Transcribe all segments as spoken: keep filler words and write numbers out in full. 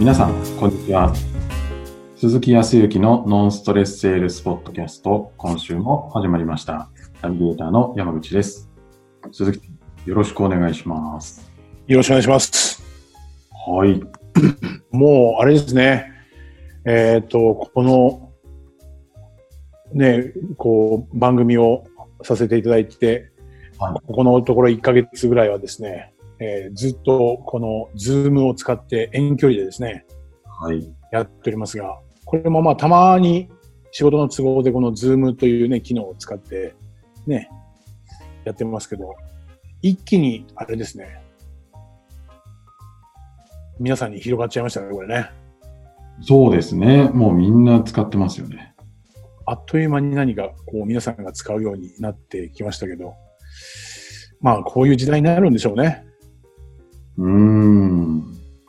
皆さんこんにちは。鈴木康之のノンストレスセールスポッドキャスト、今週も始まりました。ナビゲーターの山口です。鈴木、よろしくお願いします。 よろしくお願いします。 はい。 もうあれですね。えっとこのねこう番組をさせていただいて、はい、ここのところいっかげつぐらいはですね、えー、ずっとこのズームを使って遠距離でですね、 はい、 やっておりますが、これもまあたまに仕事の都合でこのズームというね機能を使ってねやってますけど、一気にあれですね、皆さんに広がっちゃいましたね、これね。 そうですね。もうみんな使ってますよね。 あっという間に何かこう皆さんが使うようになってきましたけど、まあこういう時代になるんでしょうね。 うーん。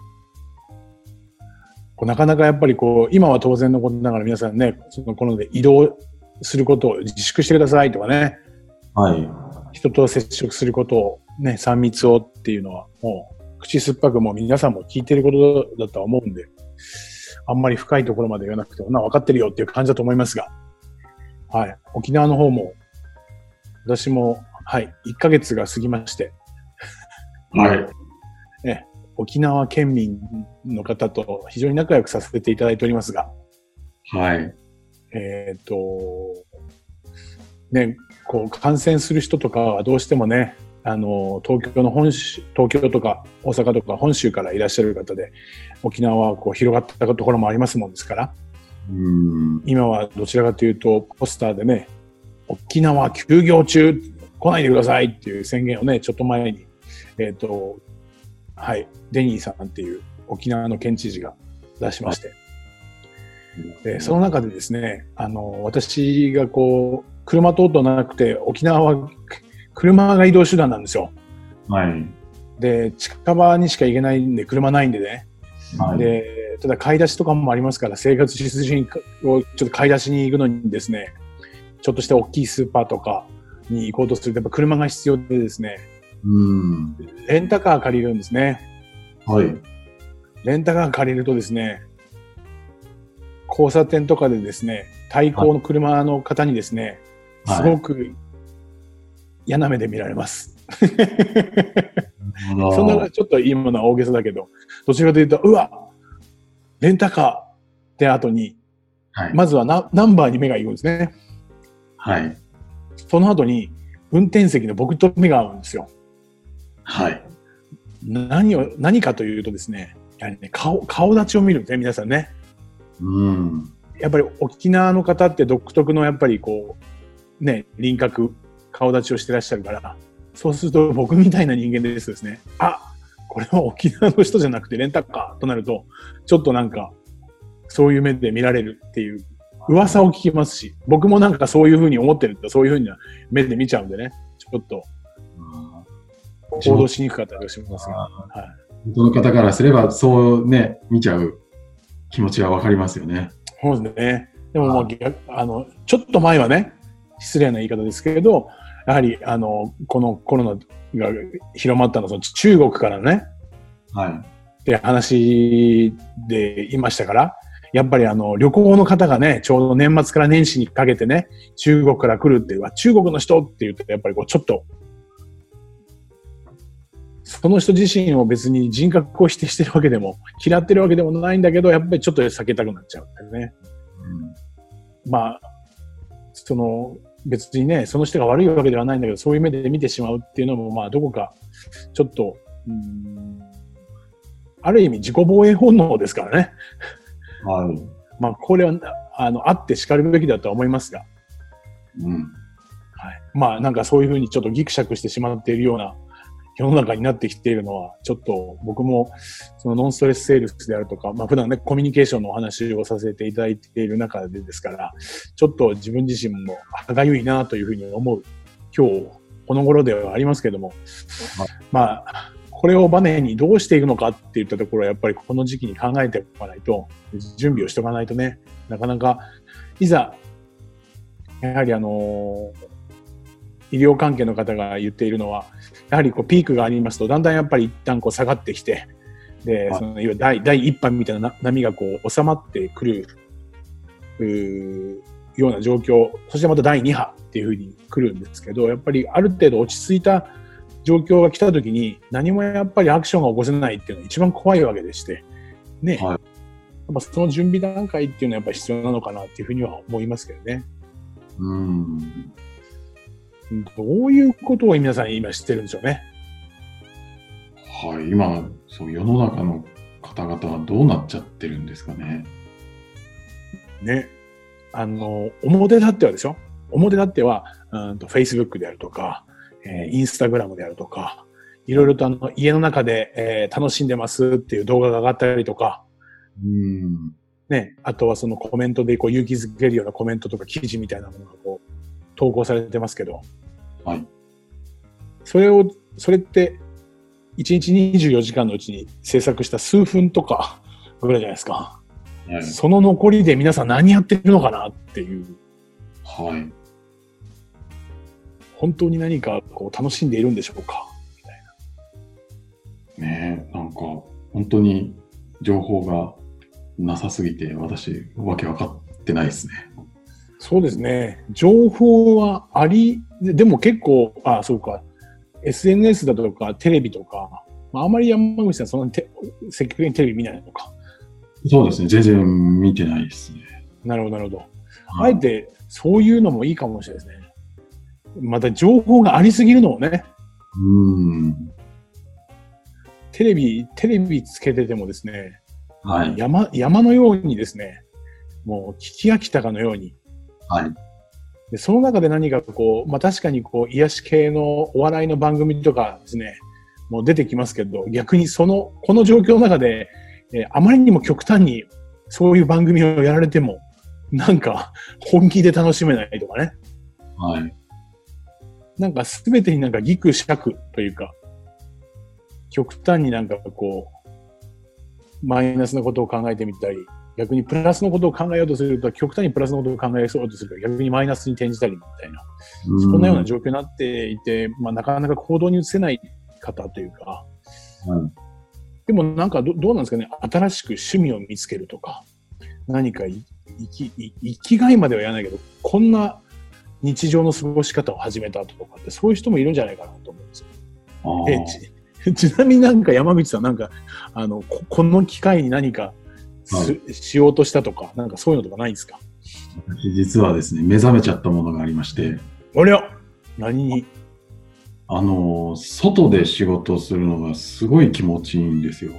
こうなかなかやっぱりこう今は当然のことながら皆さんね、そのこので移動することを自粛してくださいとかね、 はい、 人と接触することをね、さん密をっていうのはもう口酸っぱくもう皆さんも聞いてることだとは思うんで、あんまり深いところまで言わなくてもな分かってるよっていう感じだと思いますが、はい、沖縄の方も私もはいいっかげつが過ぎまして、 はい、 ね、沖縄県民の方と非常に仲良くさせていただいておりますが、 はい、 えっとね、こう感染する人とかはどうしてもね、あの東京の本州、東京とか大阪とか本州からいらっしゃる方で、沖縄はこう広がったところもありますもんですから、 うーん、 今はどちらかというとポスターでね、沖縄休業中来ないでくださいっていう宣言をねちょっと前に、えっとはい、デニーさんっていう沖縄の県知事が出しまして、でその中でですね、あの私がこう車通ってなくて、沖縄は車が移動手段なんですよ。 はい。 で近場にしか行けないんで車ないんでね、はい、でただ買い出しとかもありますから、生活必需品をちょっと買い出しに行くのにですね、ちょっとした大きいスーパーとかに行こうとするとやっぱ車が必要でですね、 うん、 レンタカー借りるんですね。 はい。 レンタカー借りるとですね、交差点とかでですね、対向の車の方にですね、はい、すごく嫌な目で見られます。そんなちょっといいものは大げさだけど、どちらかというと、うわ、レンタカーって後に、はい、まずはナ、ナンバーに目が行くんですね。 はい。 その後に運転席の僕と目が合うんですよ。 はい。 何を、何かというとですね、やはりね、顔、顔立ちを見るんですね、皆さんね。 うん。 やっぱり沖縄の方って独特のやっぱりこう、ね、輪郭、顔立ちをしてらっしゃるから、そうすると僕みたいな人間ですですね、あ、これは沖縄の人じゃなくてレンタカーとなると、ちょっとなんか、そういう目で見られるっていう噂を聞きますし、僕もなんかそういうふうに思ってると、そういうふうな目で見ちゃうんでね、ちょっと、行動しにくかったりしますが、はい、 その方からすればそうね見ちゃう気持ちはわかりますよね。 そうですね。でももう逆あのちょっと前はね、失礼な言い方ですけれど、やはりあのこのコロナが広まったのはその中国からね、 はい、 って話でいましたから、やっぱりあの旅行の方がね、ちょうど年末から年始にかけてね、中国から来るっていうのは中国の人って言うとやっぱりこうちょっとその人自身を別に人格を否定してるわけでも嫌ってるわけでもないんだけど、やっぱりちょっと避けたくなっちゃうんだよね。うん、まあその別にねその人が悪いわけではないんだけど、そういう目で見てしまうっていうのもまあどこかちょっとうーんある意味自己防衛本能ですからね。 はい。 まあこれはあのあってしかるべきだとは思いますが、 うん、はい、 まあなんかそういうふうにちょっとギクシャクしてしまっているような世の中になってきているのは、ちょっと僕もそのノンストレスセールスであるとか、まあ普段ねコミュニケーションのお話をさせていただいている中でですから、ちょっと自分自身も歯がゆいなというふうに思う今日この頃ではありますけども、まあこれをバネにどうしていくのかっていったところはやっぱりこの時期に考えておかないと、準備をしておかないとね、なかなかいざやはりあの医療関係の方が言っているのは、やはりこうピークがありますとだんだんやっぱり一旦こう下がってきて、 で、そのいわゆる第第一波みたいな波がこう収まってくるうーような状況、そしてまた第二波っていう風に来るんですけど、やっぱりある程度落ち着いた状況が来た時に何もやっぱりアクションが起こせないっていうのが一番怖いわけでして、ね。はい、やっぱその準備段階っていうのはやっぱり必要なのかなっていうふうには思いますけどね。 うん。 どういうことを皆さん今知ってるんでしょうね。 はい、今、そう世の中の方々はどうなっちゃってるんですかね。 ね。あの、表立ってはでしょ？表立っては、うんと、Facebook であるとか、えー、Instagram であるとか、いろいろとあの、家の中で、えー、楽しんでますっていう動画が上がったりとか、 うんね、あとはそのコメントでこう勇気づけるようなコメントとか記事みたいなものがこう、投稿されてますけど、 はい。 それを、それって、いちにちにじゅうよじかんのうちに制作した数分とかぐらいじゃないですか。はい、その残りで皆さん何やってるのかなっていう。 はい。 本当に何かこう楽しんでいるんでしょうかみたいな。ねえ、なんか本当に情報がなさすぎて私わけ分かってないですね。 そうですね。情報はあり、でも結構、あ、そうか。エスエヌエス だとかテレビとか、まあ、あまり山口さんそんなに積極的にテレビ見ないのか。 そうですね。全然見てないですね。 なるほど、なるほど。あえてそういうのもいいかもしれないですね。また情報がありすぎるのもね。 うん。 テレビ、テレビつけててもですね、 はい、 山、山のようにですね、もう聞き飽きたかのように。 はい。 で、その中で何かこう、まあ確かにこう、癒し系のお笑いの番組とかですね、もう出てきますけど、逆にその、この状況の中で、えー、あまりにも極端にそういう番組をやられても、なんか本気で楽しめないとかね。 はい。 なんかすべてになんかギクシャクというか、極端になんかこう、マイナスなことを考えてみたり、逆にプラスのことを考えようとすると、極端にプラスのことを考えようとすると、逆にマイナスに転じたりみたいな、そんなような状況になっていて、まあなかなか行動に移せない方というか、 うん、 でもなんか ど, どうなんですかね、新しく趣味を見つけるとか、何か生き、生きがいまでは言わないけど、こんな日常の過ごし方を始めたとかって、そういう人もいるんじゃないかなと思うんですよ。えち, ちなみになんか山口さん、なんか、あの、こ, この機会に何かす、はい、しようとしたとか、なんかそういうのとかないんですか？ 実はですね、目覚めちゃったものがありまして。 ありゃ何に？ あの、外で仕事をするのがすごい気持ちいいんですよ。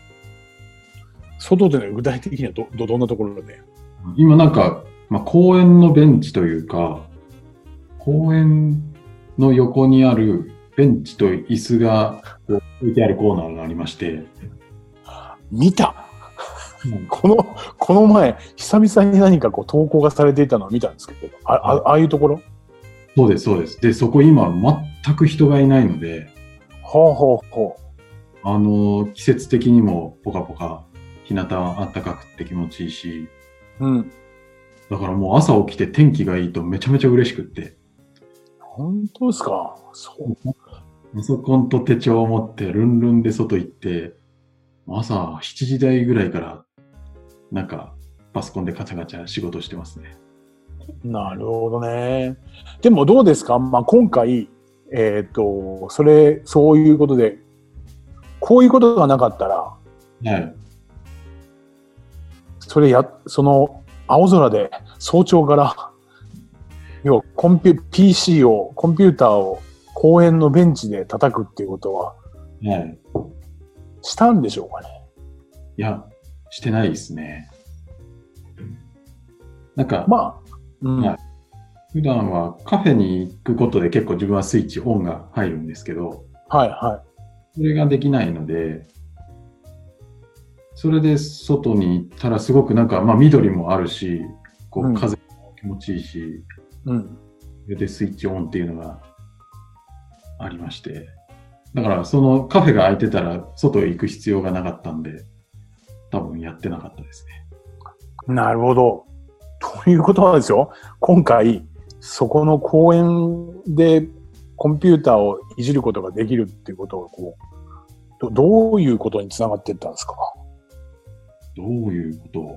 外でね、具体的には ど, ど, どんなところで？ 今なんか、まあ、公園のベンチというか、公園の横にあるベンチと椅子が置いてあるコーナーがありまして。 見た、うん、この、この前、久々に何かこう投稿がされていたのを見たんですけど、あ, あ, ああいうところ？ そうです、そうです。で、そこ今全く人がいないので、 ほうほうほう。あの、季節的にもポカポカ、日向は暖かくて気持ちいいし、 うん。 だからもう朝起きて天気がいいとめちゃめちゃ嬉しくって。 本当ですか？そう。 パソコンと手帳を持ってルンルンで外行って、朝しちじ台ぐらいからなんかパソコンでカチャカチャ仕事してますね。 なるほどね。でもどうですか？まあ、今回、えっと、それ、そういうことで、こういうことがなかったら、 はい。 それや、その青空で早朝から、要はコンピュ、ピーシー を、コンピューターを公園のベンチで叩くっていうことは、 はい。 したんでしょうかね？ いや、してないですね。なんか、 まあ、うん、 はい、普段はカフェに行くことで結構自分はスイッチオンが入るんですけど、 はいはい。 それができないので、それで外に行ったらすごくなんか、まあ緑もあるし、こう風も気持ちいいし、 うん。 それでスイッチオンっていうのがありまして、だからそのカフェが空いてたら外へ行く必要がなかったんで、多分やってなかったですね。 なるほど。ということはですよ、今回、そこの公園でコンピューターをいじることができるっていうことをこう、 どどういうことにつながっていったんですか？ どういうこと？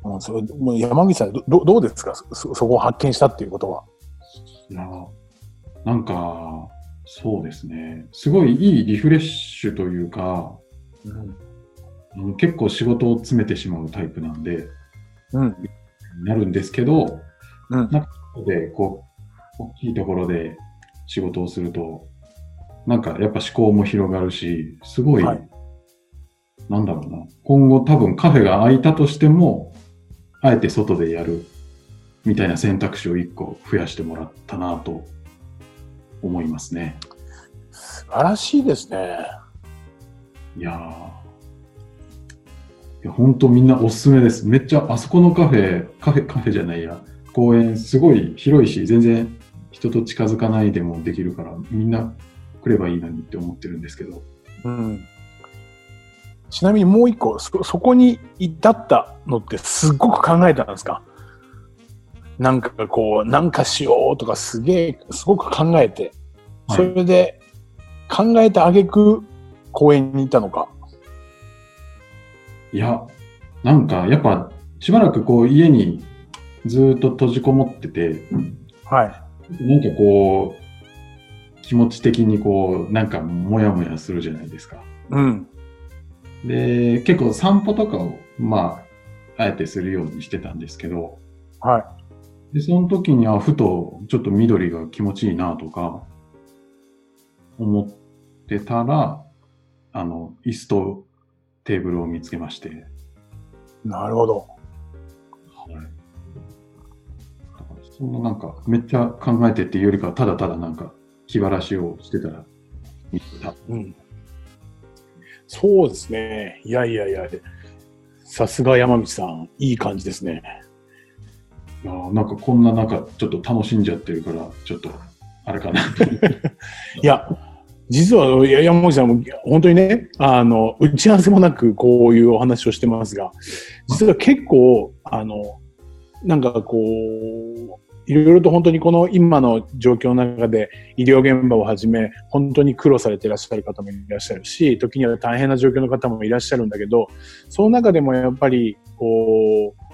うん、それもう山口さんど、どうですか？そ、そこを発見したっていうことは。 いや、なんか、そうですね。すごいいいリフレッシュというか、うん、結構仕事を詰めてしまうタイプなんで、 うん、 なるんですけど、 うん、 なんかでこう大きいところで仕事をすると、なんかやっぱ思考も広がるし、すごい、はい、なんだろうな、今後多分カフェが開いたとしても、あえて外でやるみたいな選択肢を一個増やしてもらったなと思いますね。 素晴らしいですね。 いやー、本当みんなおすすめです。めっちゃあそこのカフェ、カフェ、カフェじゃないや、公園すごい広いし、全然人と近づかないでもできるから、みんな来ればいいのにって思ってるんですけど。 うん。ちなみにもう一個、そ、そこに至ったのってすっごく考えたんですか？なんかこう、なんかしようとかすげえ、すごく考えて、それで考えた挙句公園に行ったのか。 いや、なんかやっぱしばらくこう家にずっと閉じこもってて、 はい。 なんかこう、気持ち的にこう、なんかモヤモヤするじゃないですか。 うん。 で、結構散歩とかを、まあ、あえてするようにしてたんですけど、 はい。 で、その時にはふとちょっと緑が気持ちいいなとか思ってたら、あの、椅子とテーブルを見つけまして。 なるほど。 はい。だからそんななんか、めっちゃ考えてっていうよりかは、ただただなんか、気晴らしをしてたら、見てた。 うん。そうですね。いやいやいや、さすが山口さん、いい感じですね。 いやなんかこんななんかちょっと楽しんじゃってるから、ちょっと、あれかな。いや、実は山口さんも本当にね、あの、打ち合わせもなくこういうお話をしてますが、実は結構、あの、なんかこう、いろいろと本当にこの今の状況の中で医療現場をはじめ本当に苦労されていらっしゃる方もいらっしゃるし、時には大変な状況の方もいらっしゃるんだけど、その中でもやっぱりこう、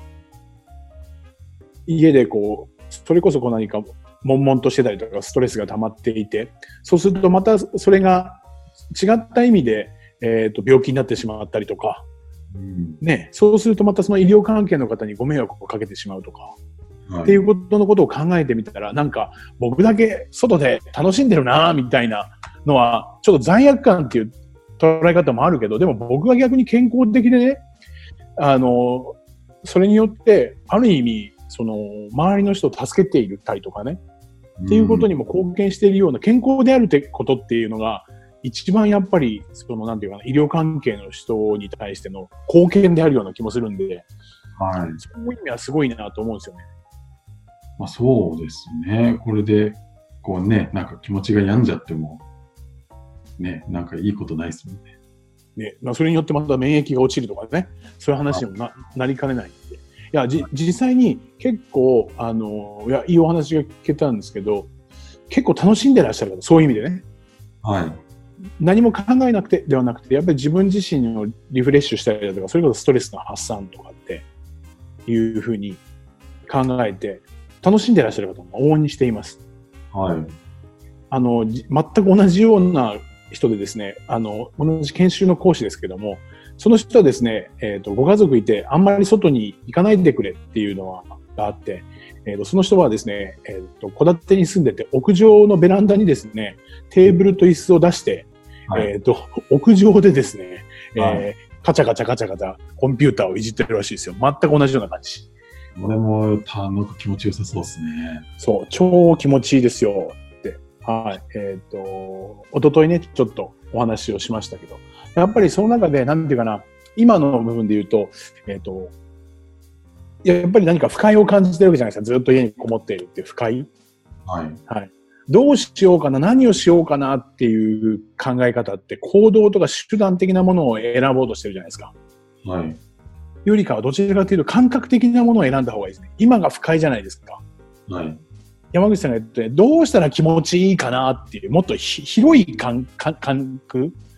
家でこう、それこそこう何か悶々としてたりとかストレスが溜まっていて、そうするとまたそれが違った意味で、えっと、病気になってしまったりとか、うん、ね、そうするとまたその医療関係の方にご迷惑をかけてしまうとか、はい、っていうことのことを考えてみたら、なんか僕だけ外で楽しんでるなみたいなのは、ちょっと罪悪感っていう捉え方もあるけど、でも僕が逆に健康的でね、あの、それによって、ある意味、その、周りの人を助けているたりとかね、うん、っていうことにも貢献しているような健康であるってことっていうのが、一番やっぱり、その、なんていうかな、医療関係の人に対しての貢献であるような気もするんで、はい。そういう意味はすごいなと思うんですよね。 まあそうですね。これで、こうね、なんか気持ちが病んじゃっても、ね、なんかいいことないですもんね。 ね、まあそれによってまた免疫が落ちるとかね、そういう話にも な, なりかねないんで。いや、じ、実際に結構、あの、いや、いいお話が聞けたんですけど、結構楽しんでらっしゃる方、そういう意味でね。 はい。 何も考えなくてではなくて、やっぱり自分自身をリフレッシュしたりだとか、それこそストレスの発散とかっていうふうに考えて、楽しんでらっしゃる方も往々にしています。 はい。 あの、全く同じような人でですね、あの、同じ研修の講師ですけども、その人はですね、えっと、ご家族いて、あんまり外に行かないでくれっていうのは、があって、えっと、その人はですね、えっと、戸建てに住んでて、屋上のベランダにですね、テーブルと椅子を出して、はい、えっと、屋上でですね、はい、えー、カチャカチャカチャカチャ、コンピューターをいじってるらしいですよ。全く同じような感じ。 俺も、た、なんか気持ちよさそうですね。 そう、超気持ちいいですよって。はい。えっと、一昨日ね、ちょっとお話をしましたけど、やっぱりその中で、なんていうかな、今の部分で言うと、えっと、やっぱり何か不快を感じてるわけじゃないですか。ずっと家にこもっているっていう不快。 はい。 はい。どうしようかな、何をしようかなっていう考え方って、行動とか手段的なものを選ぼうとしてるじゃないですか。 はい。 よりかはどちらかというと感覚的なものを選んだ方がいいですね。今が不快じゃないですか。 はい。 山口さんが言って、どうしたら気持ちいいかなっていう、もっと広い感覚、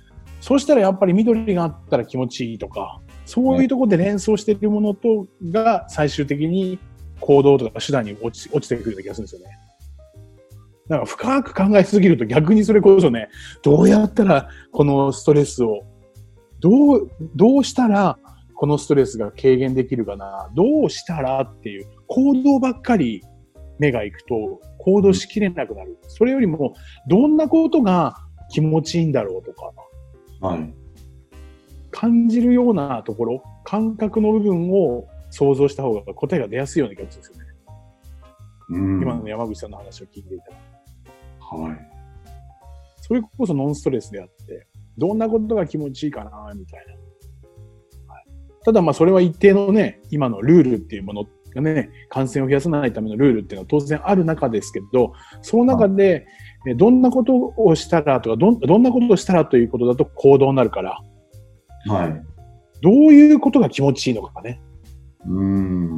そうしたらやっぱり緑があったら気持ちいいとか、そういうところで連想しているものとが最終的に行動とか手段に落ち、落ちてくるような気がするんですよね。なんか深く考えすぎると逆にそれこそね、どうやったらこのストレスを、どう、どうしたらこのストレスが軽減できるかな、どうしたらっていう行動ばっかり目が行くと行動しきれなくなる。それよりもどんなことが気持ちいいんだろうとか、 はい。 感じるようなところ、感覚の部分を想像した方が答えが出やすいような気がするんですよね。 うん。 今の山口さんの話を聞いていたら。 はい。 それこそノンストレスであって、どんなことが気持ちいいかな、みたいな。はい、ただまあそれは一定のね、今のルールっていうものがね、感染を増やさないためのルールっていうのは当然ある中ですけど、その中で、どんなことをしたらとか、どん、どんなことをしたらということだと行動になるから、 はい。 どういうことが気持ちいいのかね。 うん。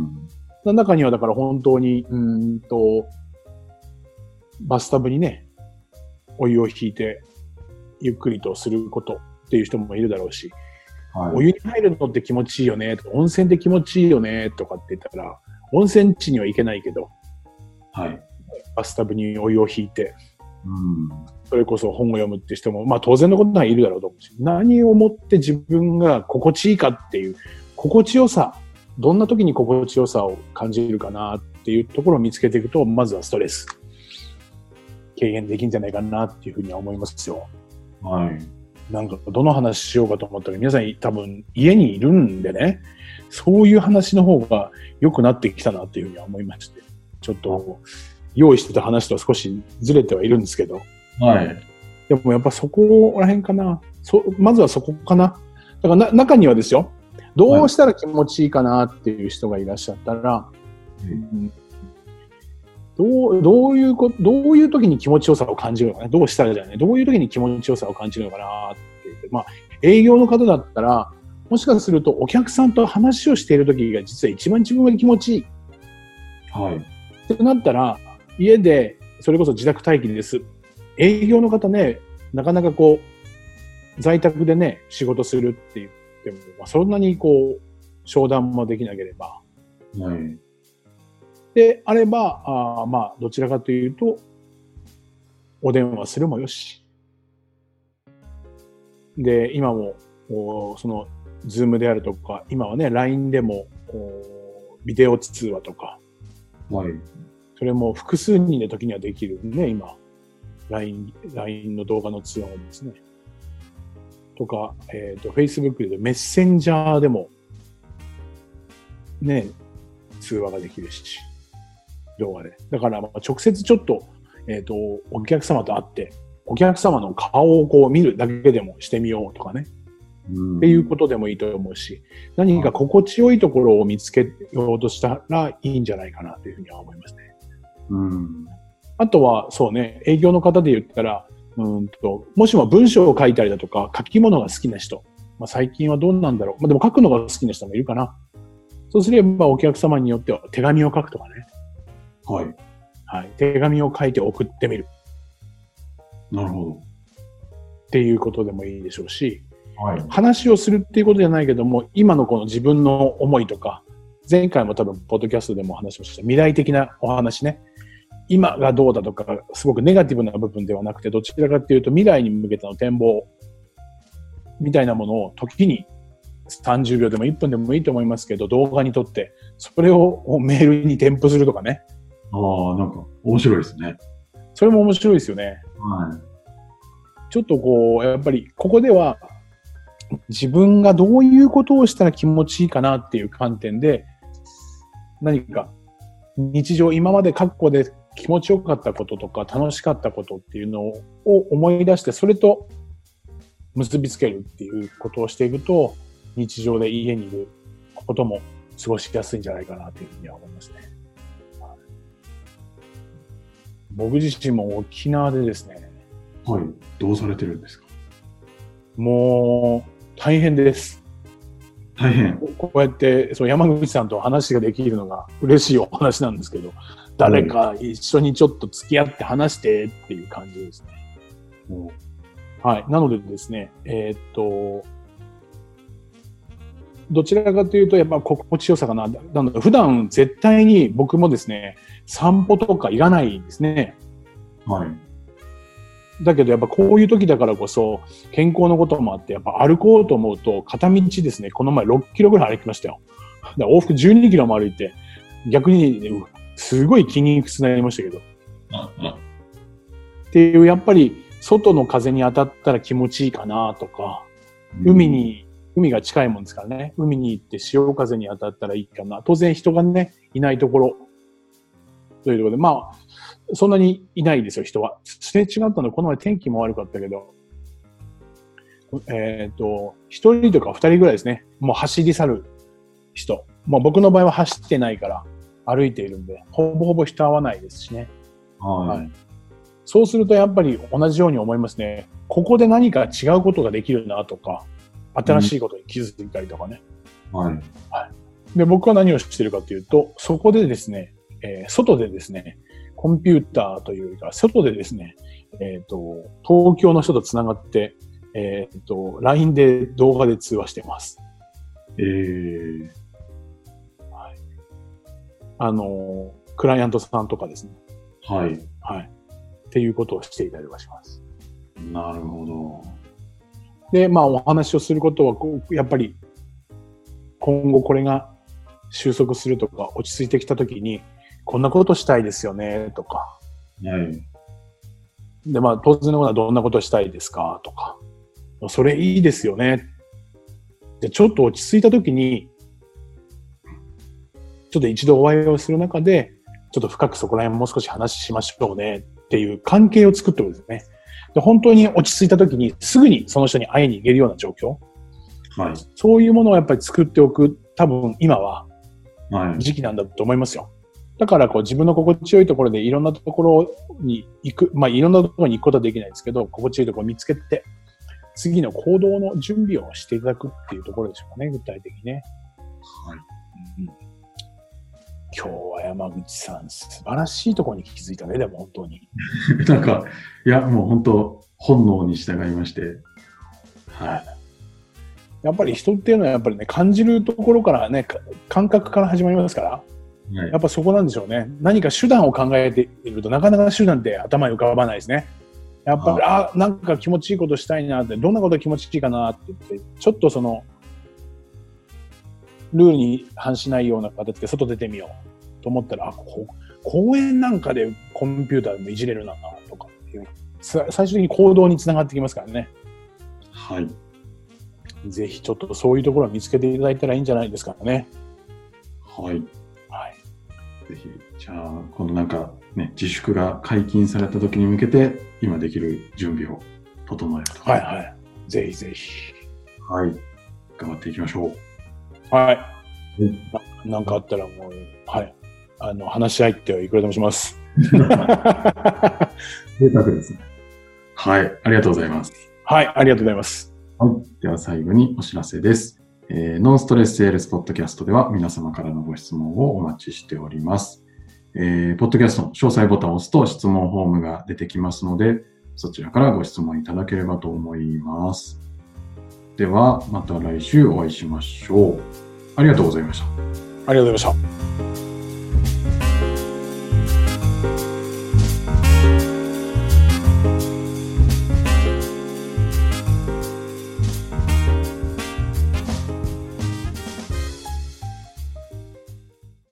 中にはだから本当に、うーんと、バスタブにね、お湯を引いて、ゆっくりとすることっていう人もいるだろうし、はい、お湯に入るのって気持ちいいよね、温泉って気持ちいいよね、とかって言ったら、温泉地には行けないけど、 はい。 バスタブにお湯を引いて、 うん、 それこそ本を読むって人も、まあ当然のことはいるだろうと思うし、何をもって自分が心地いいかっていう、心地よさ、どんな時に心地よさを感じるかなっていうところを見つけていくと、まずはストレス、軽減できるんじゃないかなっていうふうには思いますよ。 はい。 なんかどの話しようかと思ったら、皆さん多分家にいるんでね、そういう話の方が良くなってきたなっていうふうには思いまして、ちょっと用意してた話とは少しずれてはいるんですけど、 はい。 でもやっぱそこら辺かな。そ、まずはそこかな。だからな中にはですよ、どうしたら気持ちいいかなっていう人がいらっしゃったら、はいうん、どう、どういうこ、どういう時に気持ちよさを感じるのかね。どうしたらじゃない。どういう時に気持ちよさを感じるのかなって言って。まあ、営業の方だったら、もしかするとお客さんと話をしている時が実は一番自分が気持ちいい。 はい。 ってなったら、家で、それこそ自宅待機です。営業の方ね、なかなかこう、在宅でね、仕事するって言っても、まあ、そんなにこう、商談もできなければ。 はい。 で、あれば、あまあ、どちらかというと、お電話するもよし。で、今も、その、ズームであるとか、今はね、ライン でも、ビデオ通話とか。 はい。 それも複数人で時にはできるね、今。ライン、ライン の動画の通話もですね。とか、えっと、Facebook でメッセンジャーでも、ね、通話ができるし、動画で。だから、まあ直接ちょっと、えっと、お客様と会って、お客様の顔をこう見るだけでもしてみようとかね。うん、っていうことでもいいと思うし、何か心地よいところを見つけようとしたらいいんじゃないかなというふうには思いますね。うん、あとは、そうね、営業の方で言ったら、うんと、もしも文章を書いたりだとか、書き物が好きな人。まあ、最近はどうなんだろう。まあ、でも書くのが好きな人もいるかな。そうすればお客様によっては手紙を書くとかね。 はい。 はい。手紙を書いて送ってみる。 なるほど。 っていうことでもいいでしょうし、 はい。 話をするっていうことじゃないけども、今のこの自分の思いとか、前回も多分、ポッドキャストでも話しました。未来的なお話ね。今がどうだとか、すごくネガティブな部分ではなくて、どちらかというと未来に向けての展望みたいなものを時にさんじゅうびょうでもいっぷんでもいいと思いますけど、動画に撮って、それをメールに添付するとかね。 ああ、なんか面白いですね。 それも面白いですよね。 はい。 ちょっとこう、やっぱりここでは自分がどういうことをしたら気持ちいいかなっていう観点で、何か日常、今まで過去で気持ちよかったこととか楽しかったことっていうのを思い出して、それと結びつけるっていうことをしていくと、日常で家にいることも過ごしやすいんじゃないかなというふうには思いますね。僕自身も沖縄でですね。 はい。どうされてるんですか？ もう大変です。 大変。 こうやってそう山口さんと話ができるのが嬉しいお話なんですけど、誰か一緒にちょっと付き合って話してっていう感じですね。 うん、 はい。なのでですね、えーっと、どちらかというと、やっぱ心地よさかな。なので、普段絶対に僕もですね、散歩とかいらないですね。 はい。 だけどやっぱこういう時だからこそ、健康のこともあって、やっぱ歩こうと思うと、片道ですね、この前ろっキロぐらい歩きましたよ。だから往復じゅうにキロも歩いて、逆に、ね、すごい筋肉痛になりましたけど。 ああっていう、やっぱり外の風に当たったら気持ちいいかなとか、海に、海が近いもんですからね、海に行って潮風に当たったらいいかな。当然人がね、いないところ、というところで、まあ、そんなにいないですよ、人は。すれ違ったの、この前天気も悪かったけど、えっと、一人とか二人ぐらいですね。もう走り去る人。もう僕の場合は走ってないから歩いているんで、ほぼほぼ人は会わないですしね。 はい。 はい。そうするとやっぱり同じように思いますね。ここで何か違うことができるなとか、新しいことに気づいたりとかね。 うん、はい。 はい。で、僕は何をしているかというと、そこでですね、えー、外でですね、コンピューターというか、外でですね、えっと、東京の人とつながって、えっと、ライン で動画で通話しています。 えー、 はい。あの、クライアントさんとかですね。 はい。 はい。っていうことをしていたりはします。 なるほど。 で、まあお話をすることは、やっぱり、今後これが収束するとか、落ち着いてきたときに、こんなことしたいですよね、とか。 はい。 で、まあ当然のことはどんなことしたいですか、とか。それいいですよね。で、ちょっと落ち着いたときに、ちょっと一度お会いをする中で、ちょっと深くそこら辺もう少し話しましょうねっていう関係を作っておくんですね。で、本当に落ち着いたときにすぐにその人に会いに行けるような状況。 はい。 そういうものをやっぱり作っておく、多分今ははい。 時期なんだと思いますよ。だからこう自分の心地よいところでいろんなところに行く、まあいろんなところに行くことはできないですけど、心地よいところを見つけて、次の行動の準備をしていただくっていうところでしょうかね、具体的にね。 はい。 うん、今日は山口さん、素晴らしいところに気づいたね、でも本当に。 なんか、いや、もう本当、本能に従いまして、 はい。やっぱり人っていうのはやっぱりね、感じるところからね、感覚から始まりますから、はい、やっぱそこなんでしょうね。何か手段を考えているとなかなか手段って頭に浮かばないですね。やっぱり、ああ、なんか気持ちいいことしたいなって、どんなこと気持ちいいかなって言って、ちょっとその、ルールに反しないような形で外出てみようと思ったら、あ、こ公園なんかでコンピューターでもいじれるなとかっていう、最終的に行動につながってきますからね。 はい。 ぜひちょっとそういうところを見つけていただいたらいいんじゃないですかね。 はい。 はい。 ぜひ、じゃあ、今度なんかね、自粛が解禁された時に向けて、今できる準備を整えると。 はいはい。ぜひぜひ。 はい。頑張っていきましょう。 はい。 うん、 な, なんかあったらもう、はい。あの、話し合いってはいくらでもします。 贅沢ですね。はい。ありがとうございます。 はい。ありがとうございます。 はい。では最後にお知らせです。えー、ノンストレスセールスポッドキャストでは皆様からのご質問をお待ちしております。えー、ポッドキャストの詳細ボタンを押すと質問フォームが出てきますので、そちらからご質問いただければと思います。では、また来週お会いしましょう。ありがとうございました。 ありがとうございました。